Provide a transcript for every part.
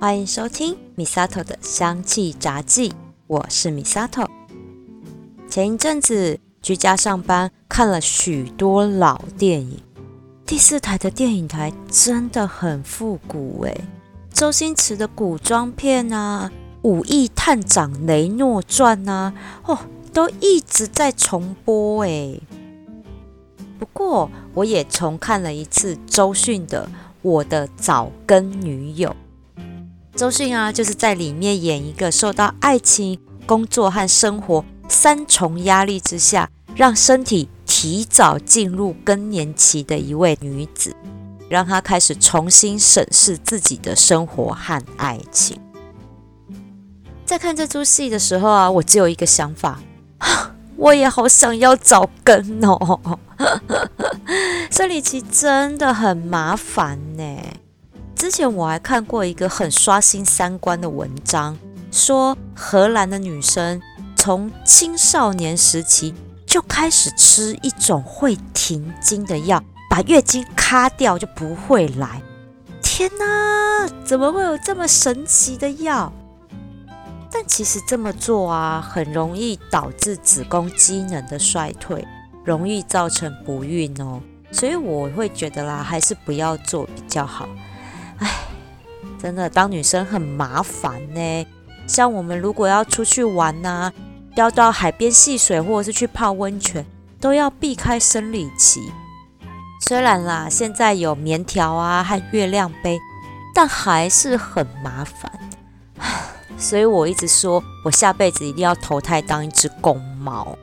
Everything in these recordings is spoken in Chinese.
欢迎收听 Misato 的香气杂记，我是 Misato。前一阵子居家上班，看了许多老电影。第4台的电影台真的很复古周星驰的古装片啊，武义探长雷诺传啊，都一直在重播不过我也重看了一次周迅的《我的早更女友》。周迅啊，就是在里面演一个受到爱情、工作和生活3重压力之下，让身体提早进入更年期的一位女子，让她开始重新审视自己的生活和爱情。在看这出戏的时候啊，我只有一个想法，我也好想要早更哦。生理期真的很麻烦之前我还看过一个很刷新3观的文章，说荷兰的女生从青少年时期就开始吃一种会停经的药，把月经卡掉就不会来。天哪，怎么会有这么神奇的药？但其实这么做啊，很容易导致子宫机能的衰退，容易造成不孕哦。所以我会觉得啦，还是不要做比较好。真的当女生很麻烦像我们如果要出去玩啊，要到海边戏水或者是去泡温泉，都要避开生理期。虽然啦，现在有棉条啊和月亮杯，但还是很麻烦。所以我一直说我下辈子一定要投胎当一只公猫。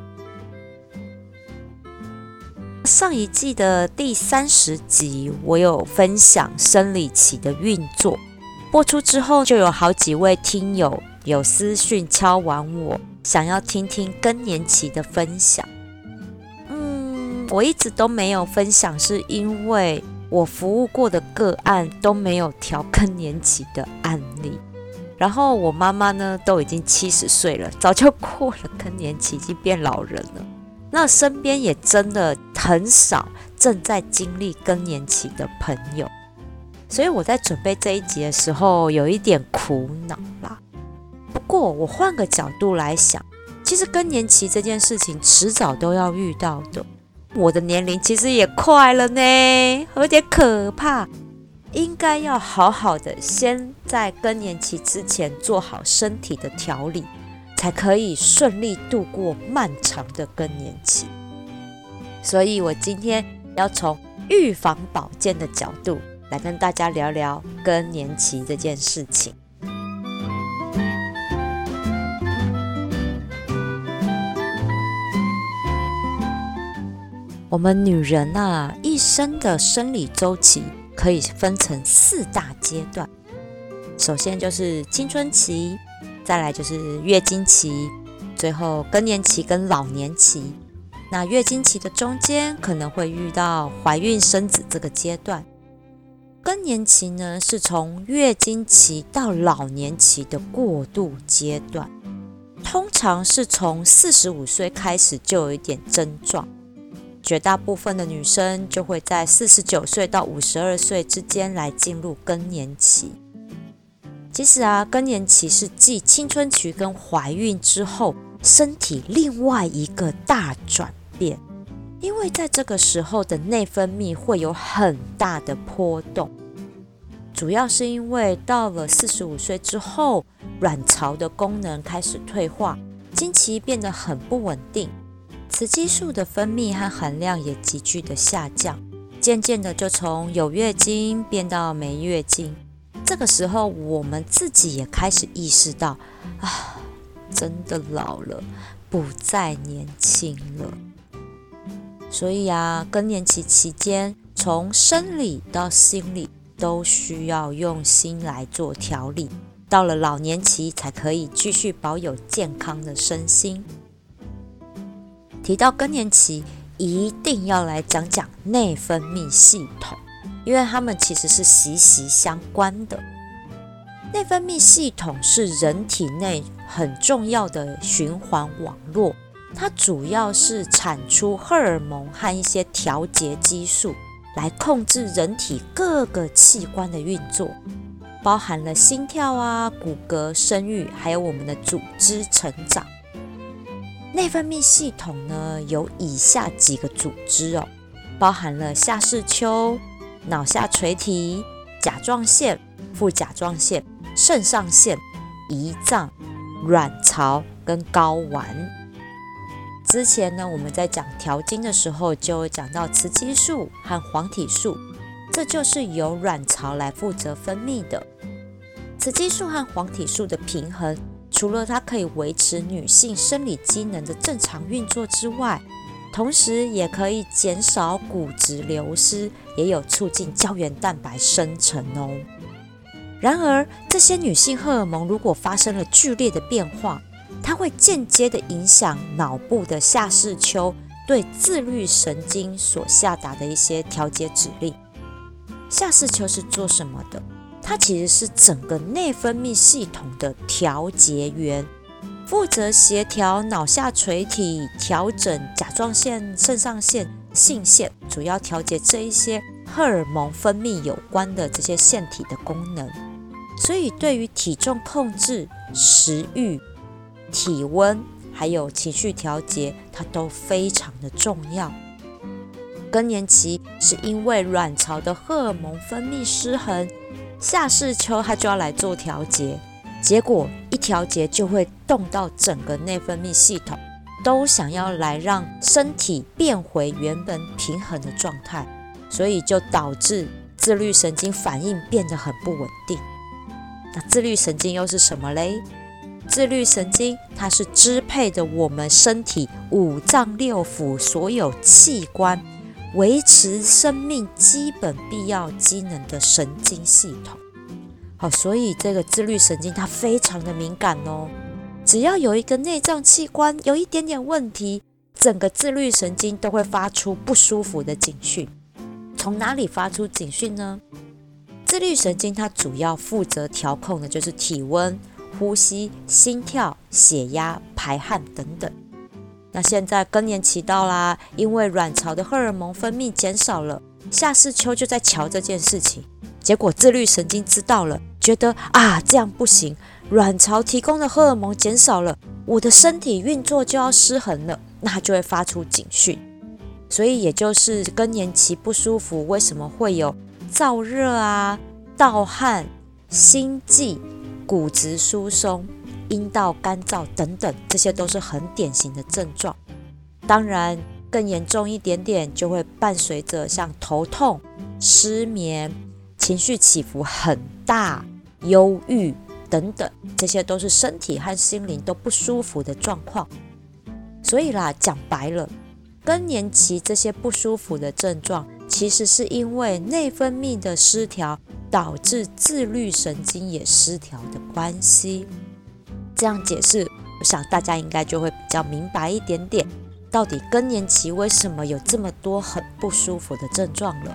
上一季的第30集，我有分享生理期的运作。播出之后，就有好几位听友有私讯敲完我，想要听听更年期的分享。我一直都没有分享，是因为我服务过的个案都没有调更年期的案例。然后我妈妈呢，都已经70岁了，早就过了更年期，已经变老人了。那身边也真的很少正在经历更年期的朋友，所以我在准备这一集的时候有一点苦恼啦。不过我换个角度来想，其实更年期这件事情迟早都要遇到的。我的年龄其实也快了呢，有点可怕。应该要好好的先在更年期之前做好身体的调理，才可以顺利度过漫长的更年期。所以我今天要从预防保健的角度来跟大家聊聊更年期这件事情。我们女人啊，一生的生理周期可以分成4大阶段。首先就是青春期，再来就是月经期，最后更年期跟老年期。那月经期的中间可能会遇到怀孕生子这个阶段。更年期呢，是从月经期到老年期的过渡阶段，通常是从45岁开始就有一点症状，绝大部分的女生就会在49岁到52岁之间来进入更年期。其实啊，更年期是继青春期跟怀孕之后，身体另外一个大转变。因为在这个时候的内分泌会有很大的波动，主要是因为到了45岁之后，卵巢的功能开始退化，经期变得很不稳定，雌激素的分泌和含量也急剧的下降，渐渐的就从有月经变到没月经。这个时候我们自己也开始意识到，真的老了，不再年轻了。所以啊，更年期期间，从生理到心理都需要用心来做调理，到了老年期才可以继续保有健康的身心。提到更年期，一定要来讲讲内分泌系统，因为它们其实是息息相关的。内分泌系统是人体内很重要的循环网络，它主要是产出荷尔蒙和一些调节激素，来控制人体各个器官的运作。 包含了心跳啊、骨骼、生育，还有我们的组织成长。内分泌系统呢，有以下几个组织哦，包含了下视丘、脑下垂体、甲状腺、副甲状腺、肾上腺、胰脏、卵巢跟睾丸。之前呢，我们在讲调经的时候，就有讲到雌激素和黄体素，这就是由卵巢来负责分泌的。雌激素和黄体素的平衡，除了它可以维持女性生理机能的正常运作之外，同时也可以减少骨质流失，也有促进胶原蛋白生成哦。然而，这些女性荷尔蒙如果发生了剧烈的变化，它会间接的影响脑部的下视丘对自律神经所下达的一些调节指令。下视丘是做什么的？它其实是整个内分泌系统的调节员，负责协调脑下垂体，调整甲状腺、肾上腺、性腺，主要调节这一些荷尔蒙分泌有关的这些腺体的功能。所以对于体重控制、食欲、体温还有情绪调节，它都非常的重要。更年期是因为卵巢的荷尔蒙分泌失衡，下视丘它就要来做调节，结果一调节就会动到整个内分泌系统，都想要来让身体变回原本平衡的状态，所以就导致自律神经反应变得很不稳定。那自律神经又是什么嘞？自律神经它是支配着我们身体五脏六腑所有器官，维持生命基本必要机能的神经系统。好，所以这个自律神经它非常的敏感哦，只要有一个内脏器官有一点点问题，整个自律神经都会发出不舒服的警讯。从哪里发出警讯呢？自律神经它主要负责调控的就是体温、呼吸、心跳、血压、排汗等等。那现在更年期到啦，因为卵巢的荷尔蒙分泌减少了，下视丘就在瞧这件事情。结果自律神经知道了，觉得这样不行，卵巢提供的荷尔蒙减少了，我的身体运作就要失衡了，那它就会发出警讯。所以也就是更年期不舒服，为什么会有燥热啊、盗汗、心悸、骨质疏松、阴道干燥等等，这些都是很典型的症状。当然更严重一点点，就会伴随着像头痛、失眠、情绪起伏很大、忧郁等等，这些都是身体和心灵都不舒服的状况。所以啦，讲白了，更年期这些不舒服的症状，其实是因为内分泌的失调导致自律神经也失调的关系。这样解释，我想大家应该就会比较明白一点点，到底更年期为什么有这么多很不舒服的症状了。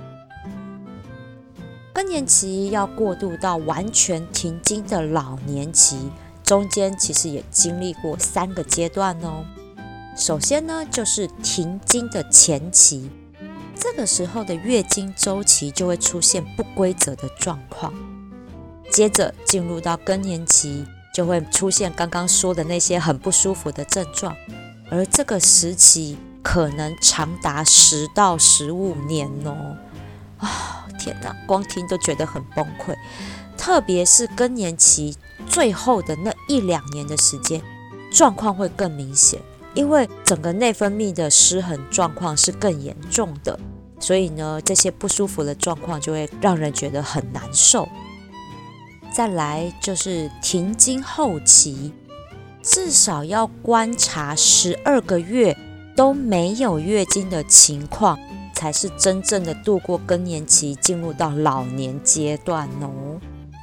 更年期要过渡到完全停经的老年期，中间其实也经历过3个阶段哦。首先呢，就是停经的前期，这个时候的月经周期就会出现不规则的状况。接着进入到更年期，就会出现刚刚说的那些很不舒服的症状，而这个时期可能长达10到15年哦。天哪，光听都觉得很崩溃。特别是更年期最后的那1-2年的时间，状况会更明显，因为整个内分泌的失衡状况是更严重的，所以呢，这些不舒服的状况就会让人觉得很难受。再来就是停经后期，至少要观察12个月都没有月经的情况，才是真正的度过更年期，进入到老年阶段哦。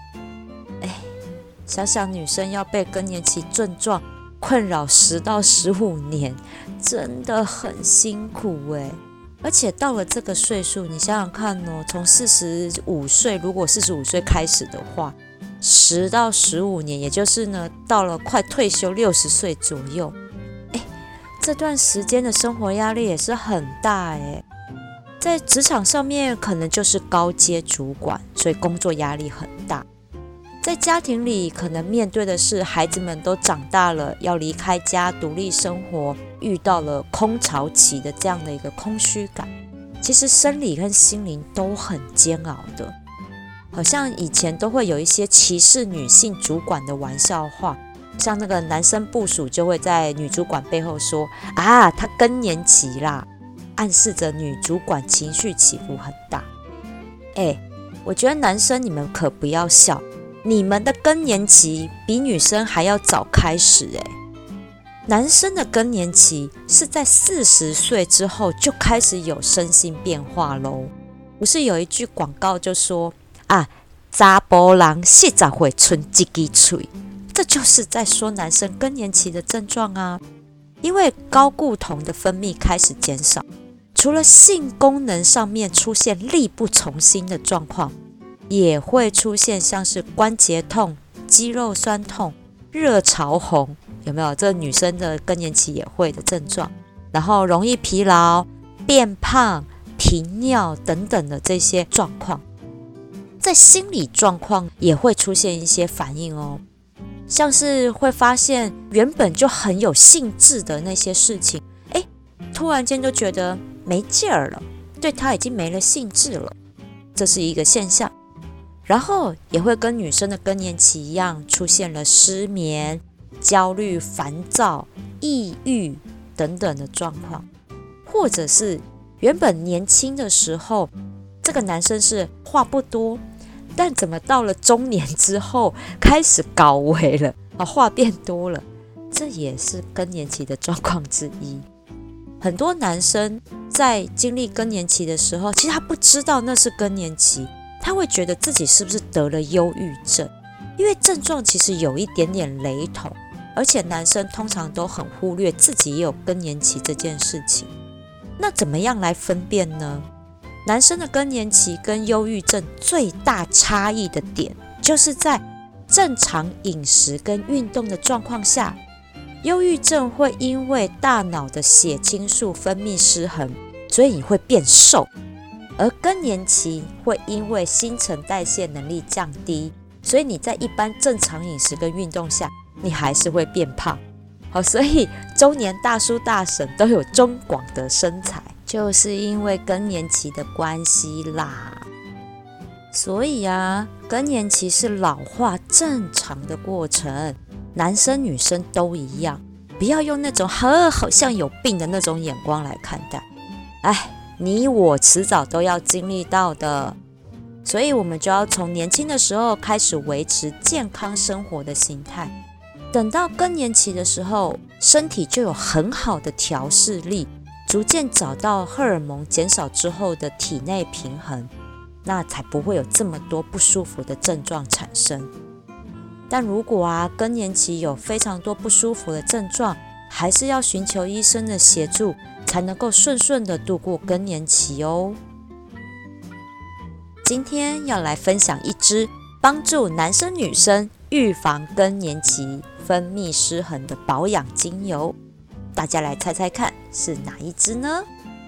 想想女生要被更年期症状困扰10到15年，真的很辛苦而且到了这个岁数，你想想看哦，从45岁，如果45岁开始的话，10到15年，也就是呢，到了快退休60岁左右，这段时间的生活压力也是很大在职场上面可能就是高阶主管，所以工作压力很大。 在家庭里可能面对的是孩子们都长大了，要离开家独立生活，遇到了空巢期的这样的一个空虚感，其实生理跟心灵都很煎熬的。好像以前都会有一些歧视女性主管的玩笑话，像那个男生部属就会在女主管背后说啊，她更年期啦，暗示着女主管情绪起伏很大。我觉得男生你们可不要笑，你们的更年期比女生还要早开始。男生的更年期是在40岁之后就开始有身心变化咯。不是有一句广告就说啊，查甫人40岁剩一支嘴，这就是在说男生更年期的症状啊。因为睾固酮的分泌开始减少，除了性功能上面出现力不从心的状况，也会出现像是关节痛、肌肉酸痛、热潮红，有没有？这女生的更年期也会的症状，然后容易疲劳、变胖、频尿等等的这些状况。在心理状况也会出现一些反应哦，像是会发现原本就很有兴致的那些事情，突然间就觉得没劲儿了，对他已经没了兴致了，这是一个现象。然后也会跟女生的更年期一样，出现了失眠、焦虑、烦躁、抑郁等等的状况，或者是原本年轻的时候，这个男生是话不多，但怎么到了中年之后开始搞维了，话变多了，这也是更年期的状况之一。很多男生在经历更年期的时候，其实他不知道那是更年期，他会觉得自己是不是得了忧郁症，因为症状其实有一点点雷同，而且男生通常都很忽略自己也有更年期这件事情。那怎么样来分辨呢？男生的更年期跟忧郁症最大差异的点，就是在正常饮食跟运动的状况下，忧郁症会因为大脑的血清素分泌失衡，所以你会变瘦，而更年期会因为新陈代谢能力降低，所以你在一般正常饮食跟运动下，你还是会变胖。所以中年大叔大婶都有中广的身材，就是因为更年期的关系啦。所以更年期是老化正常的过程，男生女生都一样，不要用那种好像有病的那种眼光来看待。你我迟早都要经历到的，所以我们就要从年轻的时候开始维持健康生活的心态，等到更年期的时候，身体就有很好的调适力，逐渐找到荷尔蒙减少之后的体内平衡，那才不会有这么多不舒服的症状产生。但如果更年期有非常多不舒服的症状，还是要寻求医生的协助，才能够顺顺的度过更年期哦。今天要来分享一支帮助男生女生预防更年期分泌失衡的保养精油，大家来猜猜看是哪一支呢？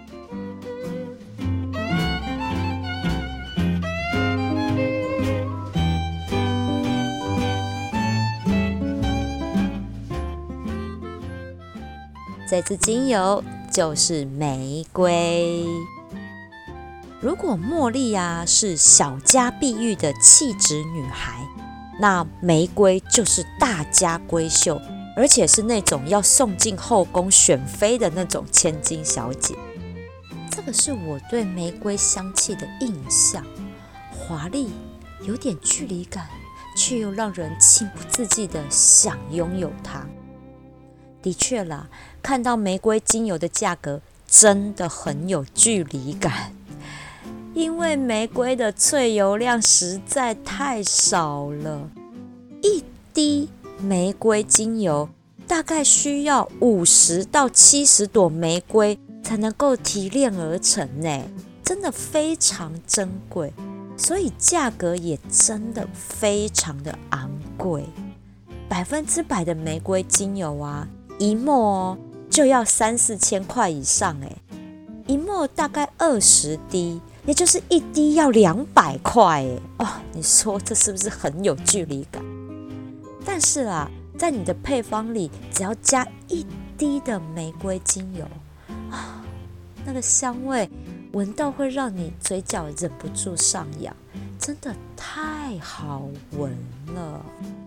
这支精油就是玫瑰。如果茉莉是小家碧玉的气质女孩，那玫瑰就是大家闺秀，而且是那种要送进后宫选妃的那种千金小姐。这个是我对玫瑰香气的印象，华丽，有点距离感，却又让人情不自禁的想拥有它。的确啦，看到玫瑰精油的价格真的很有距离感，因为玫瑰的萃油量实在太少了，一滴玫瑰精油大概需要50到70朵玫瑰才能够提炼而成呢，真的非常珍贵，所以价格也真的非常的昂贵。100%的玫瑰精油一墨就要3-4千块以上，一墨大概20滴也就是一滴要200块耶。你说这是不是很有距离感？但是啊，在你的配方里只要加1滴的玫瑰精油那个香味闻到会让你嘴角忍不住上扬，真的太好闻了。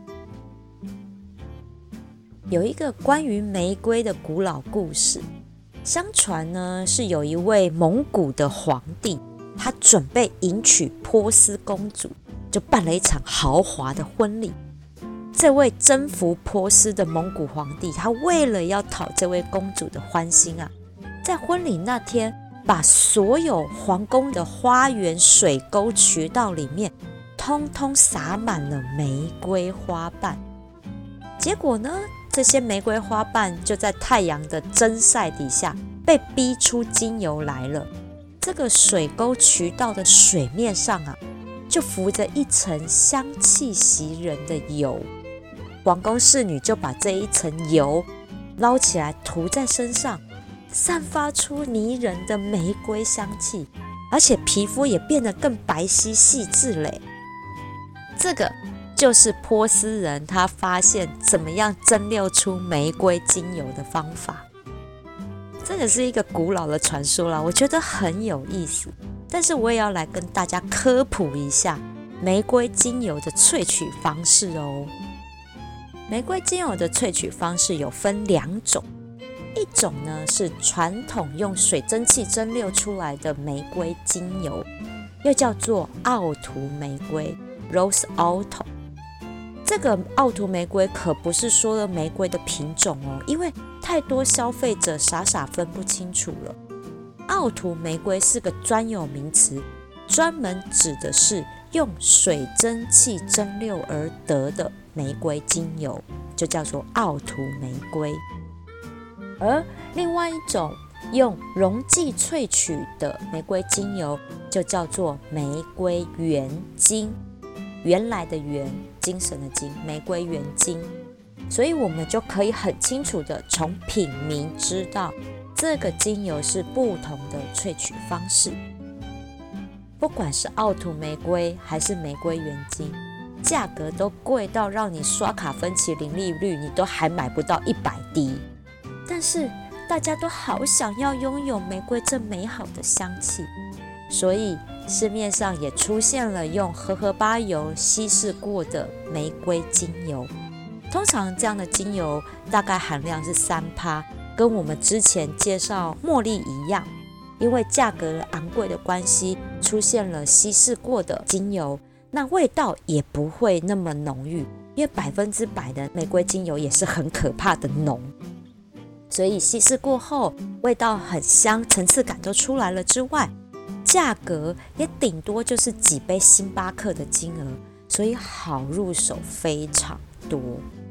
有一个关于玫瑰的古老故事，相传呢是有一位蒙古的皇帝，他准备迎娶波斯公主，就办了一场豪华的婚礼。这位征服波斯的蒙古皇帝，他为了要讨这位公主的欢心啊，在婚礼那天把所有皇宫的花园、水沟、渠道里面通通撒满了玫瑰花瓣。结果呢，这些玫瑰花瓣就在太阳的蒸晒底下被逼出精油来了。这个水沟渠道的水面上啊，就浮着一层香气袭人的油。皇宫侍女就把这一层油捞起来涂在身上，散发出迷人的玫瑰香气，而且皮肤也变得更白皙细致嘞。这个就是波斯人他发现怎么样蒸馏出玫瑰精油的方法。这个是一个古老的传说啦，我觉得很有意思。但是我也要来跟大家科普一下玫瑰精油的萃取方式哦。玫瑰精油的萃取方式有分2种，一种呢是传统用水蒸气蒸馏出来的玫瑰精油，又叫做奥图玫瑰 Rose Auto。 这个奥图玫瑰可不是说了玫瑰的品种哦，因为太多消费者傻分不清楚了。奥图玫瑰是个专有名词，专门指的是用水蒸气蒸馏而得的玫瑰精油，就叫做奥图玫瑰。而另外一种用溶剂萃取的玫瑰精油就叫做玫瑰原精，原来的原，精神的精，玫瑰原精。所以我们就可以很清楚的从品名知道这个精油是不同的萃取方式。不管是奥图玫瑰还是玫瑰原精，价格都贵到让你刷卡分期零利率你都还买不到100滴。但是大家都好想要拥有玫瑰这美好的香气，所以市面上也出现了用荷荷巴油稀释过的玫瑰精油。通常这样的精油大概含量是3%，跟我们之前介绍茉莉一样，因为价格昂贵的关系，出现了稀释过的精油，那味道也不会那么浓郁，因为100%的玫瑰精油也是很可怕的浓。所以稀释过后味道很香，层次感都出来了之外，价格也顶多就是几杯星巴克的金额，所以好入手非常多。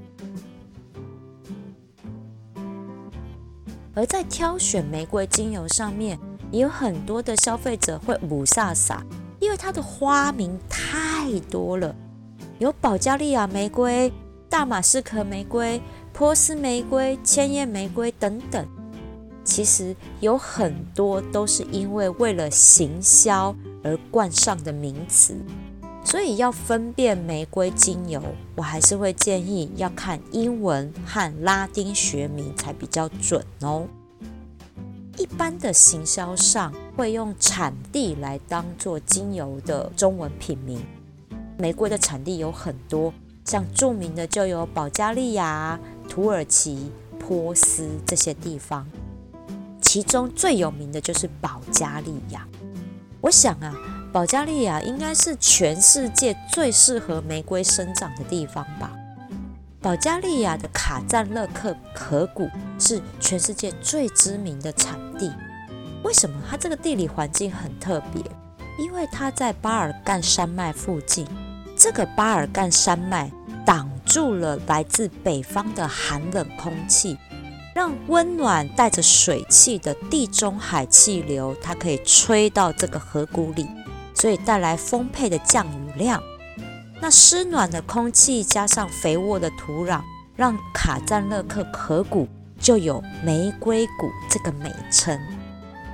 而在挑选玫瑰精油上面，也有很多的消费者会五煞煞，因为它的花名太多了，有保加利亚玫瑰、大马士革玫瑰、波斯玫瑰、千叶玫瑰等等。其实有很多都是因为为了行销而冠上的名词，所以要分辨玫瑰精油，我还是会建议要看英文和拉丁学名才比较准哦。一般的行销上会用产地来当做精油的中文品名，玫瑰的产地有很多，像著名的就有保加利亚、土耳其、波斯这些地方，其中最有名的就是保加利亚。我想啊，保加利亚应该是全世界最适合玫瑰生长的地方吧。保加利亚的卡赞勒克河谷是全世界最知名的产地。为什么它这个地理环境很特别？因为它在巴尔干山脉附近，这个巴尔干山脉挡住了来自北方的寒冷空气，让温暖带着水汽的地中海气流它可以吹到这个河谷里，所以带来丰沛的降雨量。那湿暖的空气加上肥沃的土壤，让卡赞勒克河谷就有玫瑰谷这个美称。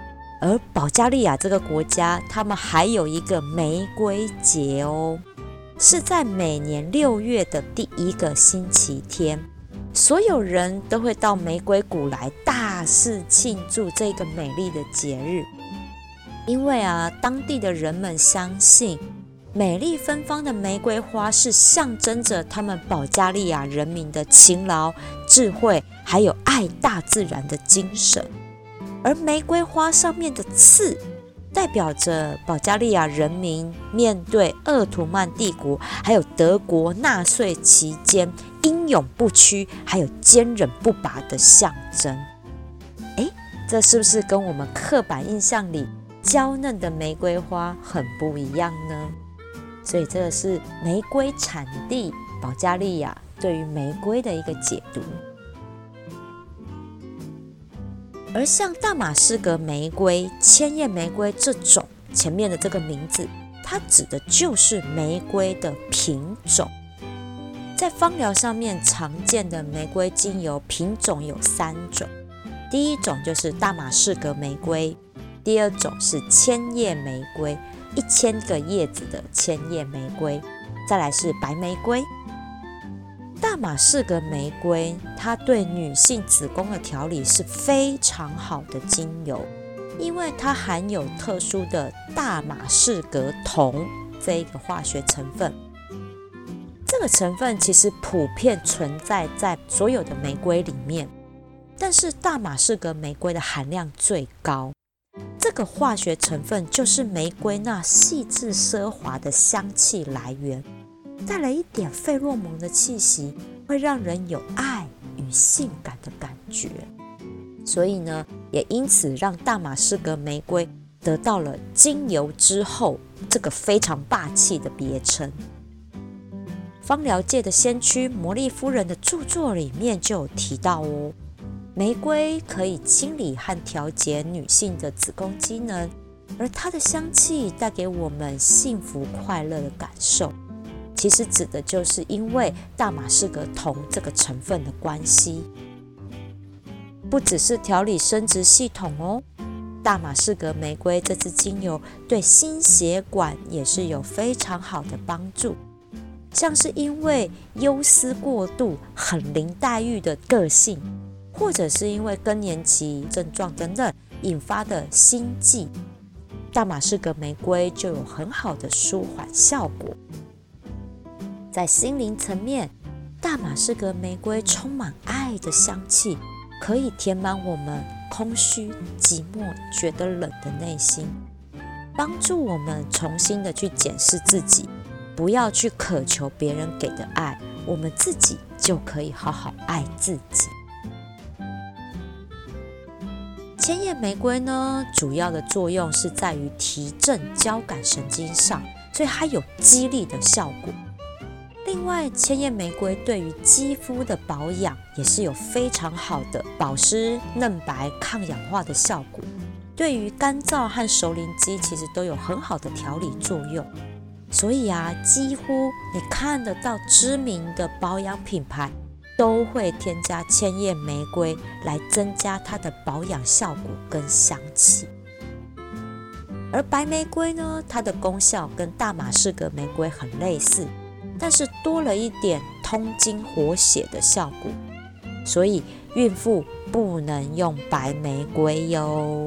而保加利亚这个国家，他们还有一个玫瑰节哦，是在每年6月的第1个星期天，所有人都会到玫瑰谷来大肆庆祝这个美丽的节日。因为当地的人们相信，美丽芬芳的玫瑰花是象征着他们保加利亚人民的勤劳、智慧，还有爱大自然的精神。而玫瑰花上面的刺，代表着保加利亚人民面对鄂图曼帝国还有德国纳粹期间英勇不屈还有坚韧不拔的象征。这是不是跟我们刻板印象里娇嫩的玫瑰花很不一样呢？所以这个是玫瑰产地保加利亚对于玫瑰的一个解读。而像大马士革玫瑰、千叶玫瑰这种前面的这个名字，它指的就是玫瑰的品种。在芳疗上面常见的玫瑰精油品种有3种，第一种就是大马士革玫瑰，第二种是千叶玫瑰，1000个叶子的千叶玫瑰，再来是白玫瑰。大马士革玫瑰它对女性子宫的调理是非常好的精油，因为它含有特殊的大马士革酮这一个化学成分。这个成分其实普遍存在在所有的玫瑰里面，但是大马士革玫瑰的含量最高。这个化学成分就是玫瑰那细致奢华的香气来源，带了一点费洛蒙的气息，会让人有爱与性感的感觉。所以呢，也因此让大马士革玫瑰得到了精油之后这个非常霸气的别称。芳疗界的先驱魔力夫人的著作里面就有提到哦，玫瑰可以清理和调节女性的子宫机能，而它的香气带给我们幸福快乐的感受。其实指的就是因为大马士革酮这个成分的关系。不只是调理生殖系统哦，大马士革玫瑰这支精油对心血管也是有非常好的帮助。像是因为忧思过度、很林黛玉的个性，或者是因为更年期症状等等引发的心悸，大马士革玫瑰就有很好的舒缓效果。在心灵层面，大马士革玫瑰充满爱的香气，可以填满我们空虚、寂寞、觉得冷的内心，帮助我们重新的去检视自己，不要去渴求别人给的爱，我们自己就可以好好爱自己。千叶玫瑰呢，主要的作用是在于提振交感神经上，所以它有激励的效果。另外，千叶玫瑰对于肌肤的保养也是有非常好的保湿、嫩白、抗氧化的效果，对于干燥和熟龄肌其实都有很好的调理作用。所以几乎你看得到知名的保养品牌都会添加千叶玫瑰来增加它的保养效果跟香气。而白玫瑰呢，它的功效跟大马士革玫瑰很类似，但是多了一点通经活血的效果，所以孕妇不能用白玫瑰哟。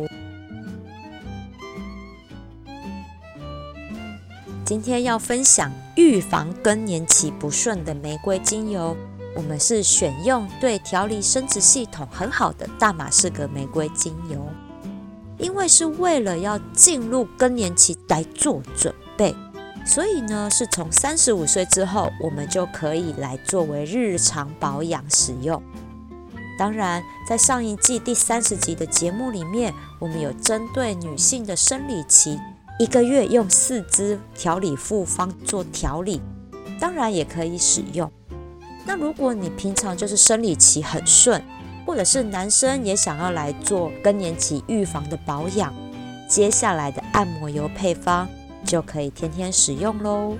今天要分享预防更年期不顺的玫瑰精油，我们是选用对调理生殖系统很好的大马士革玫瑰精油，因为是为了要进入更年期来做准备，所以呢是从35岁之后我们就可以来作为日常保养使用。当然在上一季第30集的节目里面，我们有针对女性的生理期1个月用4支调理复方做调理，当然也可以使用。那如果你平常就是生理期很顺，或者是男生也想要来做更年期预防的保养，接下来的按摩油配方就可以天天使用咯。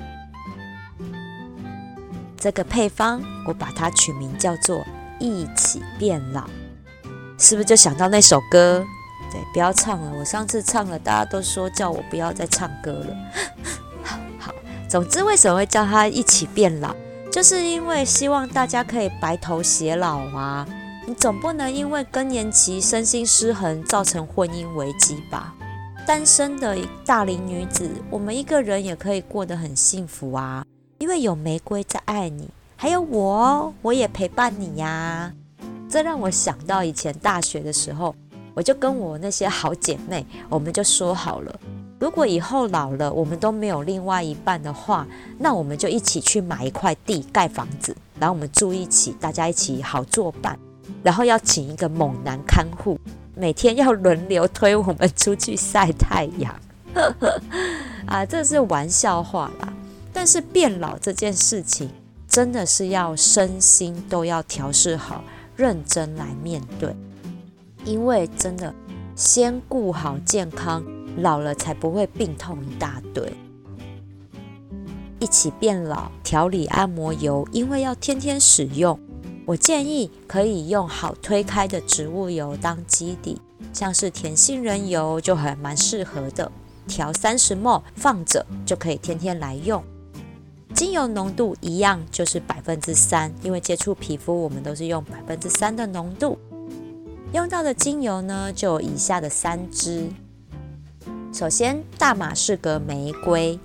这个配方我把它取名叫做一起变老，是不是就想到那首歌对，不要唱了，我上次唱了，大家都说叫我不要再唱歌了。好，总之为什么会叫它一起变老，就是因为希望大家可以白头偕老啊。你总不能因为更年期身心失衡造成婚姻危机吧？单身的大龄女子，我们一个人也可以过得很幸福啊，因为有玫瑰在爱你，还有我也陪伴你呀。这让我想到以前大学的时候，我就跟我那些好姐妹，我们就说好了，如果以后老了我们都没有另外一半的话，那我们就一起去买一块地盖房子，然后我们住一起，大家一起好作伴，然后要请一个猛男看护，每天要轮流推我们出去晒太阳。这是玩笑话啦，但是变老这件事情真的是要身心都要调试好，认真来面对。因为真的先顾好健康，老了才不会病痛一大堆。一起变老调理按摩油，因为要天天使用，我建议可以用好推开的植物油当基底，像是甜杏仁油就还蛮适合的，调30ml 放着就可以天天来用。精油浓度一样就是3%，因为接触皮肤我们都是用3%的浓度。用到的精油呢，就有以下的3支。首先，大马士革玫瑰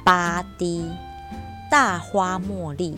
8滴，大花茉莉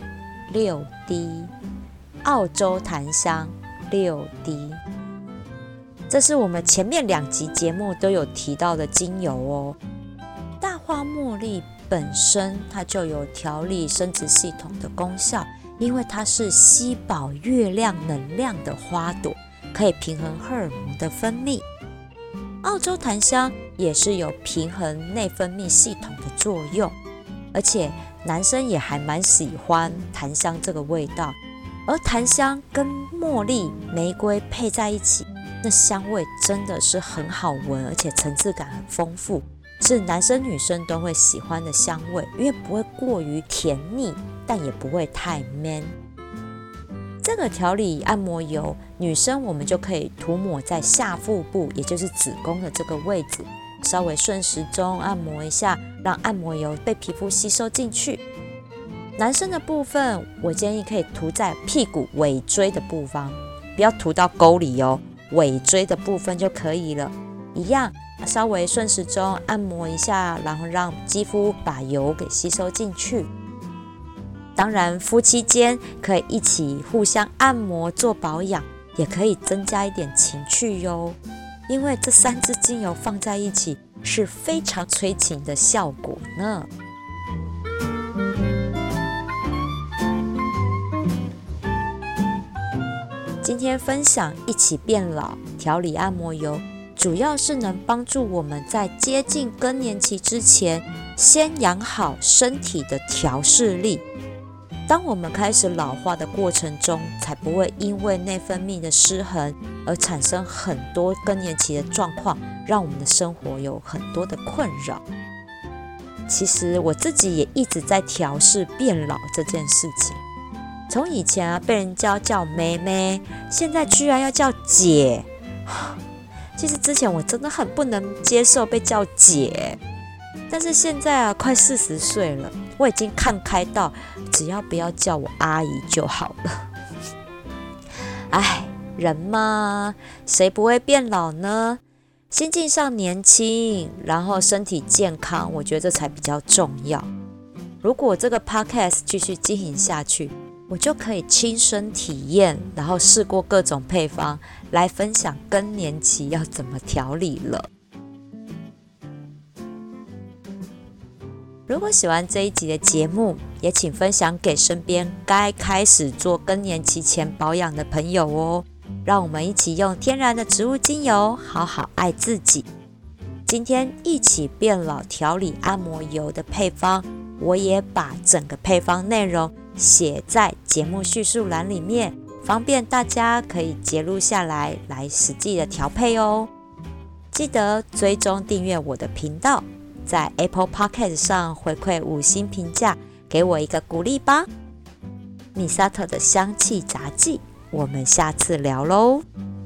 6滴，澳洲檀香6滴。这是我们前面2集节目都有提到的精油哦。大花茉莉本身它就有调理生殖系统的功效，因为它是吸饱月亮能量的花朵，可以平衡荷尔蒙的分泌。澳洲檀香也是有平衡内分泌系统的作用，而且男生也还蛮喜欢檀香这个味道。而檀香跟茉莉、玫瑰配在一起，那香味真的是很好闻，而且层次感很丰富，是男生女生都会喜欢的香味，因为不会过于甜腻，但也不会太 man。这个调理按摩油，女生我们就可以涂抹在下腹部，也就是子宫的这个位置，稍微顺时钟按摩一下，让按摩油被皮肤吸收进去。男生的部分，我建议可以涂在屁股尾椎的部分，不要涂到沟里哦，尾椎的部分就可以了。一样，稍微顺时钟按摩一下，然后让肌肤把油给吸收进去。当然，夫妻间可以一起互相按摩做保养，也可以增加一点情趣哟。因为这3支精油放在一起是非常催情的效果呢。今天分享一起变老调理按摩油，主要是能帮助我们在接近更年期之前，先养好身体的调适力。当我们开始老化的过程中，才不会因为内分泌的失衡而产生很多更年期的状况，让我们的生活有很多的困扰。其实我自己也一直在调试变老这件事情，从以前被人家叫妹妹，现在居然要叫姐。其实之前我真的很不能接受被叫姐，但是现在快40岁了，我已经看开到只要不要叫我阿姨就好了。人嘛，谁不会变老呢？心境上年轻，然后身体健康，我觉得这才比较重要。如果这个 podcast 继续经营下去，我就可以亲身体验，然后试过各种配方来分享更年期要怎么调理了。如果喜欢这一集的节目，也请分享给身边该开始做更年期前保养的朋友哦。让我们一起用天然的植物精油，好好爱自己。今天一起变老调理按摩油的配方，我也把整个配方内容写在节目叙述栏里面，方便大家可以截录下来，来实际的调配哦。记得追踪订阅我的频道，在 Apple Podcast 上回馈5星评价，给我一个鼓励吧。Misato 的香气杂技，我们下次聊喽。